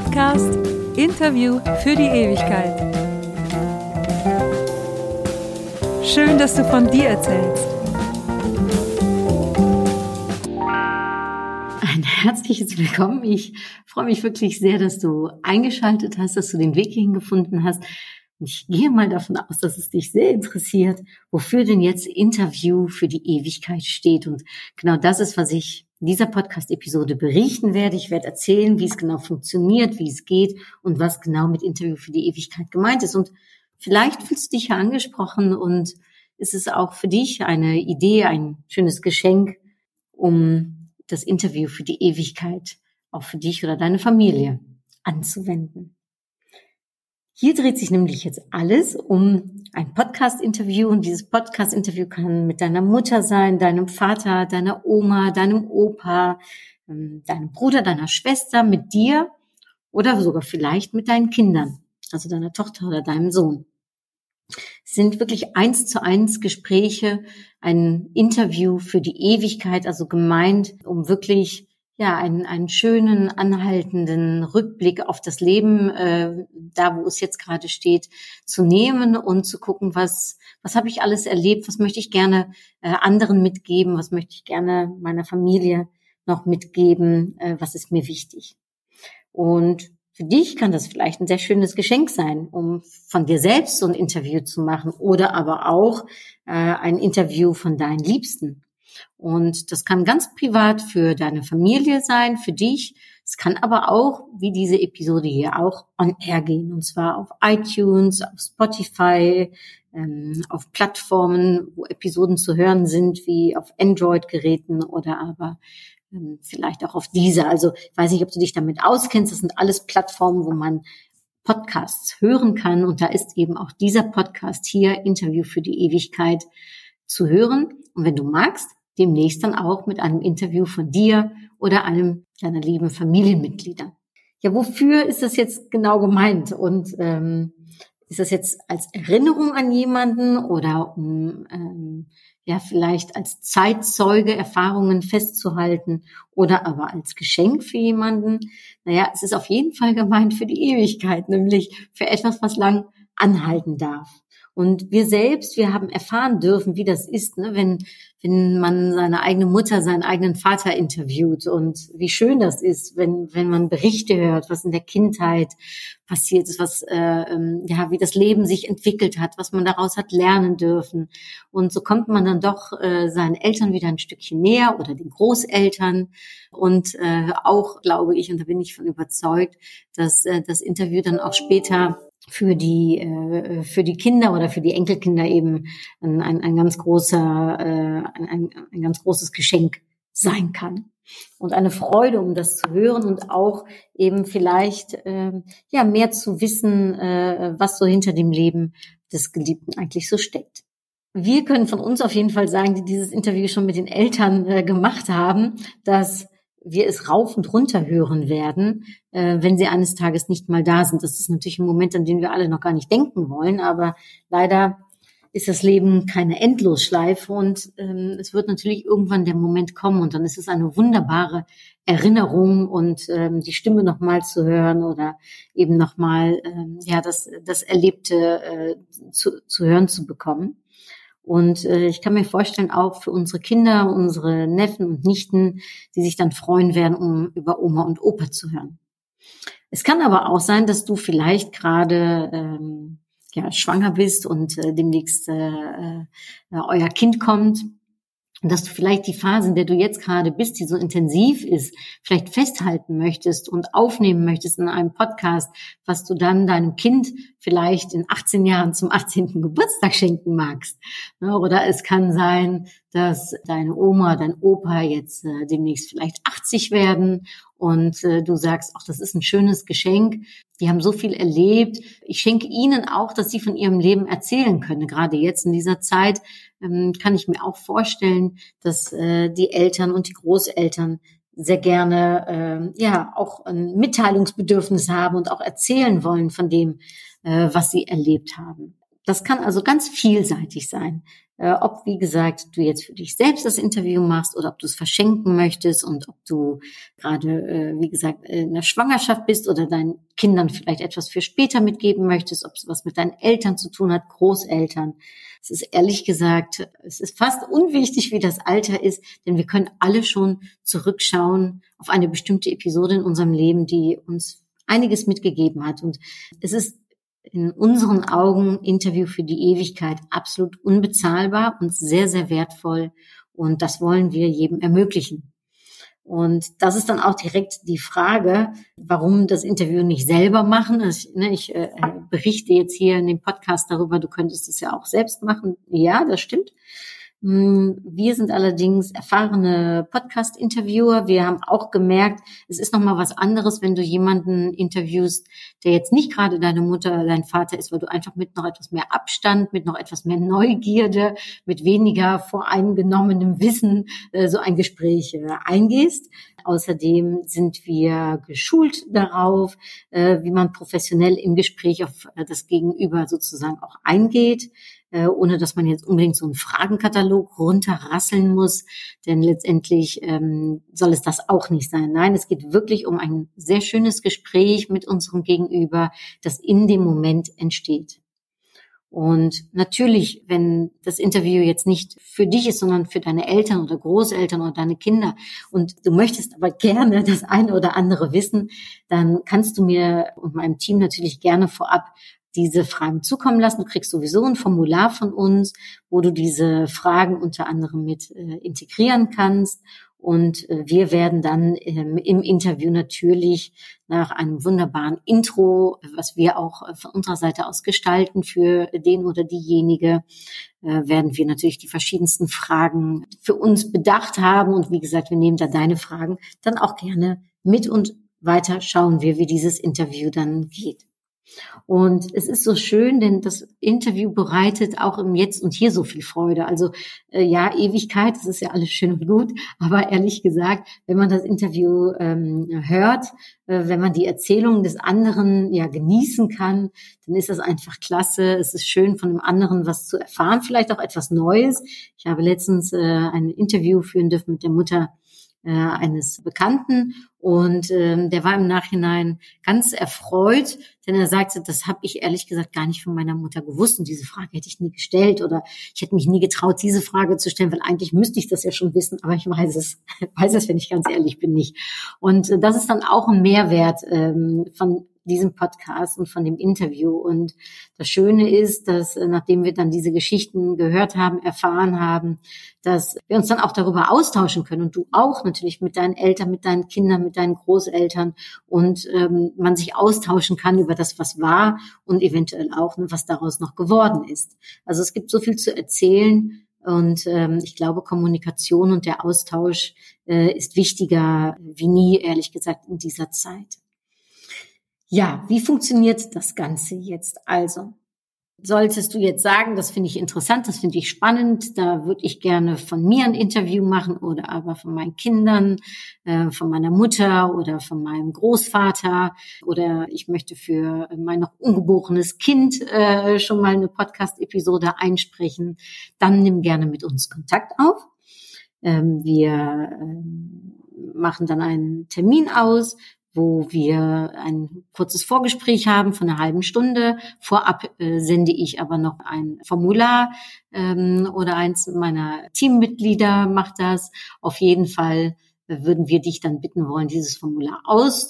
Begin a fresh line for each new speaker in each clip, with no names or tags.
Podcast Interview für die Ewigkeit. Schön, dass du von dir erzählst.
Ein herzliches Willkommen. Ich freue mich wirklich sehr, dass du eingeschaltet hast, dass du den Weg hierhin gefunden hast. Und ich gehe mal davon aus, dass es dich sehr interessiert, wofür denn jetzt Interview für die Ewigkeit steht. Und genau das ist, was ich in dieser Podcast-Episode berichten werde. Ich werde erzählen, wie es genau funktioniert, wie es geht und was genau mit Interview für die Ewigkeit gemeint ist. Und vielleicht fühlst du dich ja angesprochen und ist es auch für dich eine Idee, ein schönes Geschenk, um das Interview für die Ewigkeit auch für dich oder deine Familie anzuwenden. Hier dreht sich nämlich jetzt alles um ein Podcast-Interview und dieses Podcast-Interview kann mit deiner Mutter sein, deinem Vater, deiner Oma, deinem Opa, deinem Bruder, deiner Schwester, mit dir oder sogar vielleicht mit deinen Kindern, also deiner Tochter oder deinem Sohn. Es sind wirklich 1:1 Gespräche, ein Interview für die Ewigkeit, also gemeint, um wirklich einen schönen, anhaltenden Rückblick auf das Leben, da wo es jetzt gerade steht, zu nehmen und zu gucken, was habe ich alles erlebt, was möchte ich gerne anderen mitgeben, was möchte ich gerne meiner Familie noch mitgeben, was ist mir wichtig. Und für dich kann das vielleicht ein sehr schönes Geschenk sein, um von dir selbst so ein Interview zu machen oder aber auch ein Interview von deinen Liebsten. Und das kann ganz privat für deine Familie sein, für dich. Es kann aber auch, wie diese Episode hier auch, on air gehen. Und zwar auf iTunes, auf Spotify, auf Plattformen, wo Episoden zu hören sind, wie auf Android-Geräten oder aber vielleicht auch auf Deezer. Also ich weiß nicht, ob du dich damit auskennst. Das sind alles Plattformen, wo man Podcasts hören kann. Und da ist eben auch dieser Podcast hier, Interview für die Ewigkeit, zu hören. Und wenn du magst, demnächst dann auch mit einem Interview von dir oder einem deiner lieben Familienmitglieder. Ja, wofür ist das jetzt genau gemeint? Und ist das jetzt als Erinnerung an jemanden oder um vielleicht als Zeitzeuge Erfahrungen festzuhalten oder aber als Geschenk für jemanden? Naja, es ist auf jeden Fall gemeint für die Ewigkeit, nämlich für etwas, was lang anhalten darf. Und wir selbst, wir haben erfahren dürfen, wie das ist, ne, wenn man seine eigene Mutter, seinen eigenen Vater interviewt und wie schön das ist, wenn man Berichte hört, was in der Kindheit passiert ist, wie das Leben sich entwickelt hat, was man daraus hat lernen dürfen. Und so kommt man dann doch seinen Eltern wieder ein Stückchen näher oder den Großeltern. Und auch glaube ich, und da bin ich von überzeugt, dass das Interview dann auch später für die Kinder oder für die Enkelkinder eben ein ganz großes Geschenk sein kann und eine Freude, um das zu hören und auch eben vielleicht mehr zu wissen, was so hinter dem Leben des Geliebten eigentlich so steckt. Wir können von uns auf jeden Fall sagen, die dieses Interview schon mit den Eltern gemacht haben, dass wir es rauf und runter hören werden, wenn sie eines Tages nicht mal da sind. Das ist natürlich ein Moment, an den wir alle noch gar nicht denken wollen, aber leider ist das Leben keine Endlosschleife und es wird natürlich irgendwann der Moment kommen und dann ist es eine wunderbare Erinnerung und die Stimme nochmal zu hören oder eben nochmal das Erlebte zu hören zu bekommen. Und ich kann mir vorstellen, auch für unsere Kinder, unsere Neffen und Nichten, die sich dann freuen werden, um über Oma und Opa zu hören. Es kann aber auch sein, dass du vielleicht gerade schwanger bist und demnächst euer Kind kommt. Und dass du vielleicht die Phase, in der du jetzt gerade bist, die so intensiv ist, vielleicht festhalten möchtest und aufnehmen möchtest in einem Podcast, was du dann deinem Kind vielleicht in 18 Jahren zum 18. Geburtstag schenken magst. Oder es kann sein, dass deine Oma, dein Opa jetzt demnächst vielleicht 80 werden und du sagst, ach, das ist ein schönes Geschenk. Die haben so viel erlebt. Ich schenke ihnen auch, dass sie von ihrem Leben erzählen können. Gerade jetzt in dieser Zeit kann ich mir auch vorstellen, dass die Eltern und die Großeltern sehr gerne auch ein Mitteilungsbedürfnis haben und auch erzählen wollen von dem, was sie erlebt haben. Das kann also ganz vielseitig sein. Ob, wie gesagt, du jetzt für dich selbst das Interview machst oder ob du es verschenken möchtest und ob du gerade, wie gesagt, in der Schwangerschaft bist oder deinen Kindern vielleicht etwas für später mitgeben möchtest, ob es was mit deinen Eltern zu tun hat, Großeltern. Es ist ehrlich gesagt, es ist fast unwichtig, wie das Alter ist, denn wir können alle schon zurückschauen auf eine bestimmte Episode in unserem Leben, die uns einiges mitgegeben hat. Und es ist in unseren Augen Interview für die Ewigkeit absolut unbezahlbar und sehr, sehr wertvoll. Und das wollen wir jedem ermöglichen. Und das ist dann auch direkt die Frage, warum das Interview nicht selber machen. Ich berichte jetzt hier in dem Podcast darüber, du könntest es ja auch selbst machen. Ja, das stimmt. Wir sind allerdings erfahrene Podcast-Interviewer. Wir haben auch gemerkt, es ist nochmal was anderes, wenn du jemanden interviewst, der jetzt nicht gerade deine Mutter oder dein Vater ist, weil du einfach mit noch etwas mehr Abstand, mit noch etwas mehr Neugierde, mit weniger voreingenommenem Wissen so ein Gespräch eingehst. Außerdem sind wir geschult darauf, wie man professionell im Gespräch auf das Gegenüber sozusagen auch eingeht, ohne dass man jetzt unbedingt so einen Fragenkatalog runterrasseln muss, denn letztendlich soll es das auch nicht sein. Nein, es geht wirklich um ein sehr schönes Gespräch mit unserem Gegenüber, das in dem Moment entsteht. Und natürlich, wenn das Interview jetzt nicht für dich ist, sondern für deine Eltern oder Großeltern oder deine Kinder und du möchtest aber gerne das eine oder andere wissen, dann kannst du mir und meinem Team natürlich gerne vorab diese Fragen zukommen lassen. Du kriegst sowieso ein Formular von uns, wo du diese Fragen unter anderem mit integrieren kannst. Und wir werden dann im Interview natürlich nach einem wunderbaren Intro, was wir auch von unserer Seite aus gestalten für den oder diejenige, werden wir natürlich die verschiedensten Fragen für uns bedacht haben. Und wie gesagt, wir nehmen da deine Fragen dann auch gerne mit und weiter schauen wir, wie dieses Interview dann geht. Und es ist so schön, denn das Interview bereitet auch im Jetzt und Hier so viel Freude. Also ja, Ewigkeit, das ist ja alles schön und gut, aber ehrlich gesagt, wenn man das Interview hört, wenn man die Erzählung des anderen ja genießen kann, dann ist das einfach klasse. Es ist schön, von dem anderen was zu erfahren, vielleicht auch etwas Neues. Ich habe letztens ein Interview führen dürfen mit der Mutter eines Bekannten und der war im Nachhinein ganz erfreut, denn er sagte, das habe ich ehrlich gesagt gar nicht von meiner Mutter gewusst und diese Frage hätte ich nie gestellt oder ich hätte mich nie getraut, diese Frage zu stellen, weil eigentlich müsste ich das ja schon wissen, aber ich weiß es, wenn ich ganz ehrlich bin, nicht. Und das ist dann auch ein Mehrwert von diesem Podcast und von dem Interview. Und das Schöne ist, dass nachdem wir dann diese Geschichten gehört haben, erfahren haben, dass wir uns dann auch darüber austauschen können und du auch natürlich mit deinen Eltern, mit deinen Kindern, mit deinen Großeltern und man sich austauschen kann über das, was war und eventuell auch, was daraus noch geworden ist. Also es gibt so viel zu erzählen und ich glaube, Kommunikation und der Austausch ist wichtiger wie nie, ehrlich gesagt, in dieser Zeit. Ja, wie funktioniert das Ganze jetzt also? Solltest du jetzt sagen, das finde ich interessant, das finde ich spannend, da würde ich gerne von mir ein Interview machen oder aber von meinen Kindern, von meiner Mutter oder von meinem Großvater oder ich möchte für mein noch ungeborenes Kind schon mal eine Podcast-Episode einsprechen, dann nimm gerne mit uns Kontakt auf. Wir machen dann einen Termin aus, wo wir ein kurzes Vorgespräch haben von einer halben Stunde. Vorab sende ich aber noch ein Formular oder eins meiner Teammitglieder macht das. Auf jeden Fall würden wir dich dann bitten wollen, dieses Formular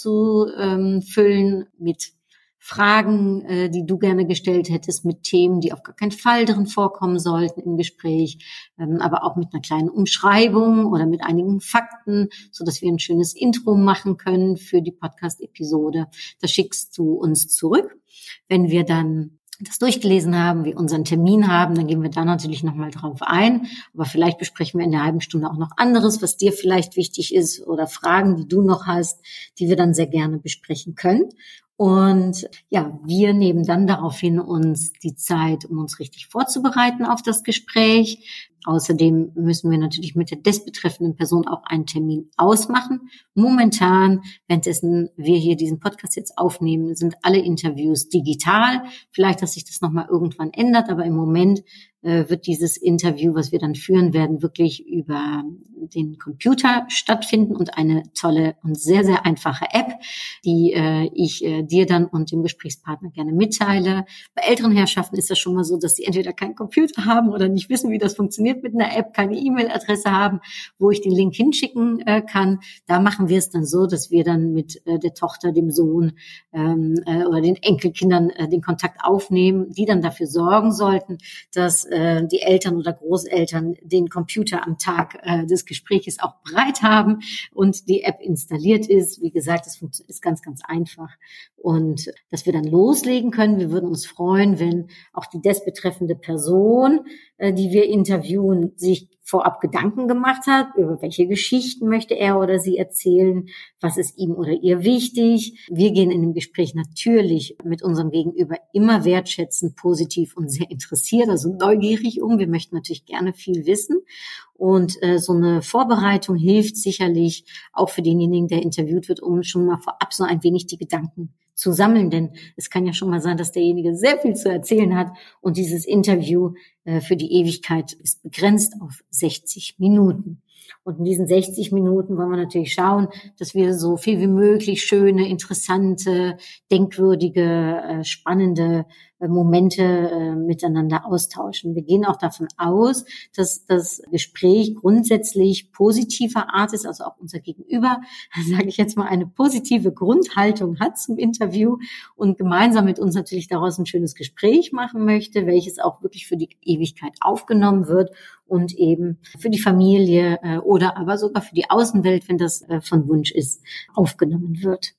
auszufüllen mit Fragen, die du gerne gestellt hättest, mit Themen, die auf gar keinen Fall drin vorkommen sollten im Gespräch, aber auch mit einer kleinen Umschreibung oder mit einigen Fakten, so dass wir ein schönes Intro machen können für die Podcast-Episode. Das schickst du uns zurück. Wenn wir dann das durchgelesen haben, wir unseren Termin haben, dann gehen wir da natürlich nochmal drauf ein. Aber vielleicht besprechen wir in der halben Stunde auch noch anderes, was dir vielleicht wichtig ist oder Fragen, die du noch hast, die wir dann sehr gerne besprechen können. Und ja, wir nehmen dann daraufhin uns die Zeit, um uns richtig vorzubereiten auf das Gespräch. Außerdem müssen wir natürlich mit der betreffenden Person auch einen Termin ausmachen. Momentan, währenddessen wir hier diesen Podcast jetzt aufnehmen, sind alle Interviews digital. Vielleicht, dass sich das nochmal irgendwann ändert, aber im Moment wird dieses Interview, was wir dann führen werden, wirklich über den Computer stattfinden und eine tolle und sehr, sehr einfache App, die ich dir dann und dem Gesprächspartner gerne mitteile. Bei älteren Herrschaften ist das schon mal so, dass sie entweder keinen Computer haben oder nicht wissen, wie das funktioniert mit einer App, keine E-Mail-Adresse haben, wo ich den Link hinschicken kann. Da machen wir es dann so, dass wir dann mit der Tochter, dem Sohn oder den Enkelkindern den Kontakt aufnehmen, die dann dafür sorgen sollten, dass die Eltern oder Großeltern den Computer am Tag des Gesprächs auch bereit haben und die App installiert ist. Wie gesagt, es ist ganz, ganz einfach. Und dass wir dann loslegen können. Wir würden uns freuen, wenn auch die betreffende Person, die wir interviewen, sich vorab Gedanken gemacht hat, über welche Geschichten möchte er oder sie erzählen, was ist ihm oder ihr wichtig. Wir gehen in dem Gespräch natürlich mit unserem Gegenüber immer wertschätzend, positiv und sehr interessiert, also neugierig um. Wir möchten natürlich gerne viel wissen. Und so eine Vorbereitung hilft sicherlich auch für denjenigen, der interviewt wird, um schon mal vorab so ein wenig die Gedanken zu sammeln. Denn es kann ja schon mal sein, dass derjenige sehr viel zu erzählen hat und dieses Interview für die Ewigkeit ist begrenzt auf 60 Minuten. Und in diesen 60 Minuten wollen wir natürlich schauen, dass wir so viel wie möglich schöne, interessante, denkwürdige, spannende Momente miteinander austauschen. Wir gehen auch davon aus, dass das Gespräch grundsätzlich positiver Art ist, also auch unser Gegenüber, sage ich jetzt mal, eine positive Grundhaltung hat zum Interview und gemeinsam mit uns natürlich daraus ein schönes Gespräch machen möchte, welches auch wirklich für die Ewigkeit aufgenommen wird und eben für die Familie oder aber sogar für die Außenwelt, wenn das von Wunsch ist, aufgenommen wird.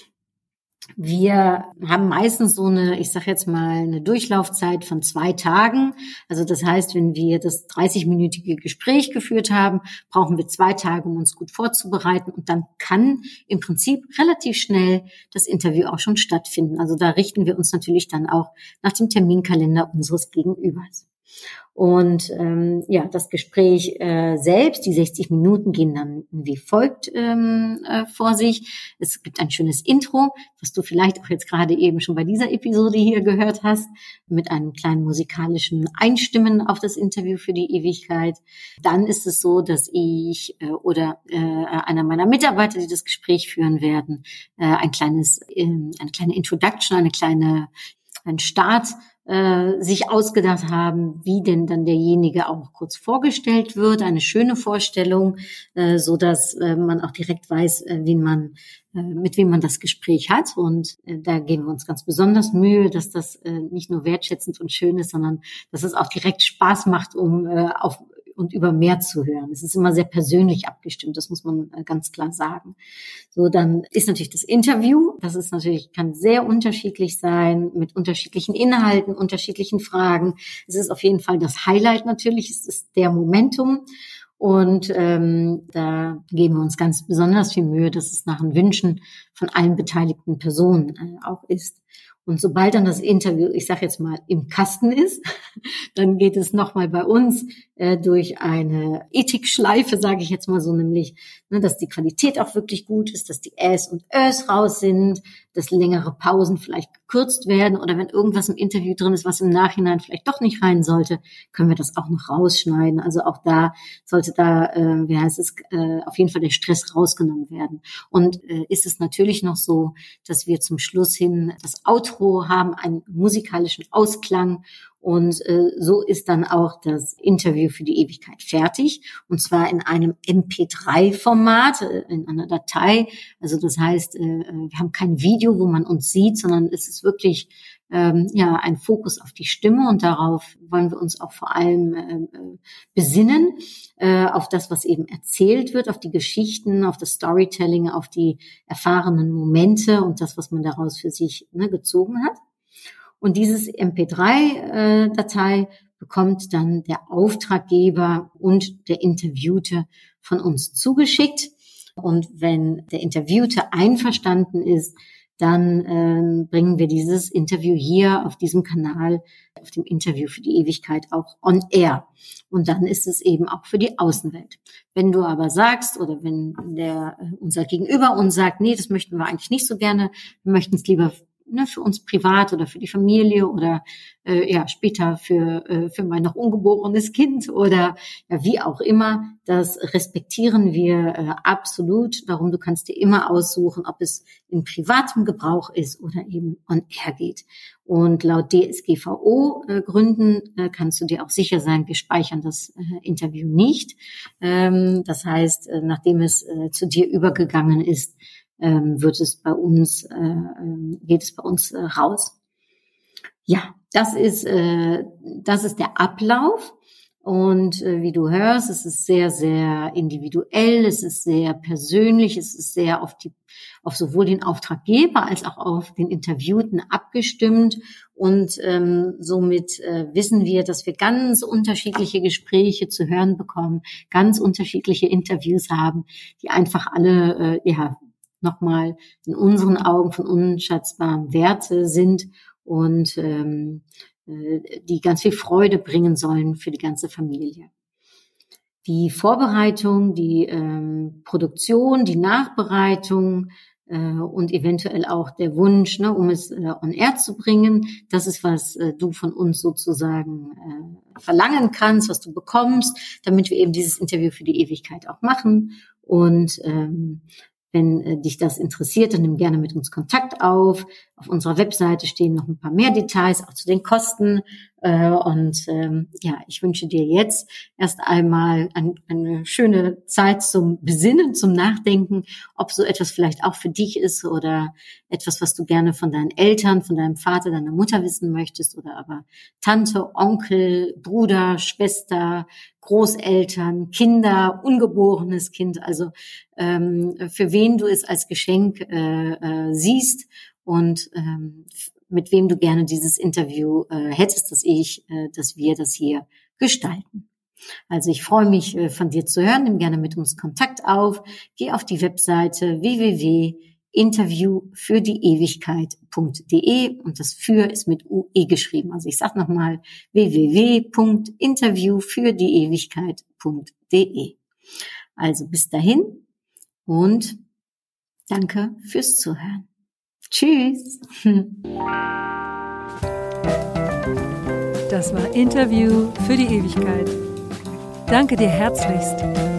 Wir haben meistens so eine, ich sage jetzt mal, eine Durchlaufzeit von 2 Tagen. Also das heißt, wenn wir das 30-minütige Gespräch geführt haben, brauchen wir 2 Tage, um uns gut vorzubereiten. Und dann kann im Prinzip relativ schnell das Interview auch schon stattfinden. Also da richten wir uns natürlich dann auch nach dem Terminkalender unseres Gegenübers. Und das Gespräch selbst, die 60 Minuten gehen dann wie folgt vor sich. Es gibt ein schönes Intro, was du vielleicht auch jetzt gerade eben schon bei dieser Episode hier gehört hast, mit einem kleinen musikalischen Einstimmen auf das Interview für die Ewigkeit. Dann ist es so, dass ich oder einer meiner Mitarbeiter, die das Gespräch führen werden, eine kleine Introduction, einen Start sich ausgedacht haben, wie denn dann derjenige auch kurz vorgestellt wird, eine schöne Vorstellung, so dass man auch direkt weiß, mit wem man das Gespräch hat. Und da geben wir uns ganz besonders Mühe, dass das nicht nur wertschätzend und schön ist, sondern dass es auch direkt Spaß macht, um und über mehr zu hören. Es ist immer sehr persönlich abgestimmt, das muss man ganz klar sagen. So, dann ist natürlich das Interview, kann sehr unterschiedlich sein, mit unterschiedlichen Inhalten, unterschiedlichen Fragen. Es ist auf jeden Fall das Highlight natürlich, es ist der Momentum. Und da geben wir uns ganz besonders viel Mühe, dass es nach den Wünschen von allen beteiligten Personen auch ist. Und sobald dann das Interview, ich sage jetzt mal, im Kasten ist, dann geht es nochmal bei uns durch eine Ethikschleife, sage ich jetzt mal so, nämlich, dass die Qualität auch wirklich gut ist, dass die Äs und Ös raus sind, dass längere Pausen vielleicht gekürzt werden oder wenn irgendwas im Interview drin ist, was im Nachhinein vielleicht doch nicht rein sollte, können wir das auch noch rausschneiden. Also auch da sollte auf jeden Fall der Stress rausgenommen werden. Und ist es natürlich noch so, dass wir zum Schluss hin das Outro haben, einen musikalischen Ausklang. Und so ist dann auch das Interview für die Ewigkeit fertig. Und zwar in einem MP3-Format, in einer Datei. Also das heißt, wir haben kein Video, wo man uns sieht, sondern es ist wirklich ein Fokus auf die Stimme. Und darauf wollen wir uns auch vor allem besinnen, auf das, was eben erzählt wird, auf die Geschichten, auf das Storytelling, auf die erfahrenen Momente und das, was man daraus für sich gezogen hat. Und dieses MP3-Datei bekommt dann der Auftraggeber und der Interviewte von uns zugeschickt. Und wenn der Interviewte einverstanden ist, dann bringen wir dieses Interview hier auf diesem Kanal, auf dem Interview für die Ewigkeit auch on air. Und dann ist es eben auch für die Außenwelt. Wenn du aber sagst oder wenn unser Gegenüber uns sagt, nee, das möchten wir eigentlich nicht so gerne, wir möchten es lieber für uns privat oder für die Familie oder später für mein noch ungeborenes Kind oder wie auch immer. Das respektieren wir absolut. Darum, du kannst dir immer aussuchen, ob es in privatem Gebrauch ist oder eben on air geht. Und laut DSGVO-Gründen kannst du dir auch sicher sein, wir speichern das Interview nicht. Das heißt, nachdem es zu dir übergegangen ist, geht es bei uns raus. Ja, das ist der Ablauf. Und wie du hörst, es ist sehr, sehr individuell, es ist sehr persönlich, es ist sehr auf sowohl den Auftraggeber als auch auf den Interviewten abgestimmt. Und somit wissen wir, dass wir ganz unterschiedliche Gespräche zu hören bekommen, ganz unterschiedliche Interviews haben, die einfach alle nochmal in unseren Augen von unschätzbarem Werte sind und die ganz viel Freude bringen sollen für die ganze Familie. Die Vorbereitung, die Produktion, die Nachbereitung und eventuell auch der Wunsch, um es on air zu bringen, das ist, was du von uns sozusagen verlangen kannst, was du bekommst, damit wir eben dieses Interview für die Ewigkeit auch machen. Und wenn dich das interessiert, dann nimm gerne mit uns Kontakt auf. Auf unserer Webseite stehen noch ein paar mehr Details, auch zu den Kosten. Ich wünsche dir jetzt erst einmal eine schöne Zeit zum Besinnen, zum Nachdenken, ob so etwas vielleicht auch für dich ist oder etwas, was du gerne von deinen Eltern, von deinem Vater, deiner Mutter wissen möchtest oder aber Tante, Onkel, Bruder, Schwester, Großeltern, Kinder, ungeborenes Kind, also für wen du es als Geschenk siehst und mit wem du gerne dieses Interview hättest, dass wir das hier gestalten. Also ich freue mich, von dir zu hören. Nimm gerne mit uns Kontakt auf. Geh auf die Webseite www.interviewfürdiewigkeit.de und das für ist mit UE geschrieben. Also ich sage nochmal www.interviewfürdiewigkeit.de. Also bis dahin und danke fürs Zuhören. Tschüss.
Das war Interview für die Ewigkeit. Danke dir herzlichst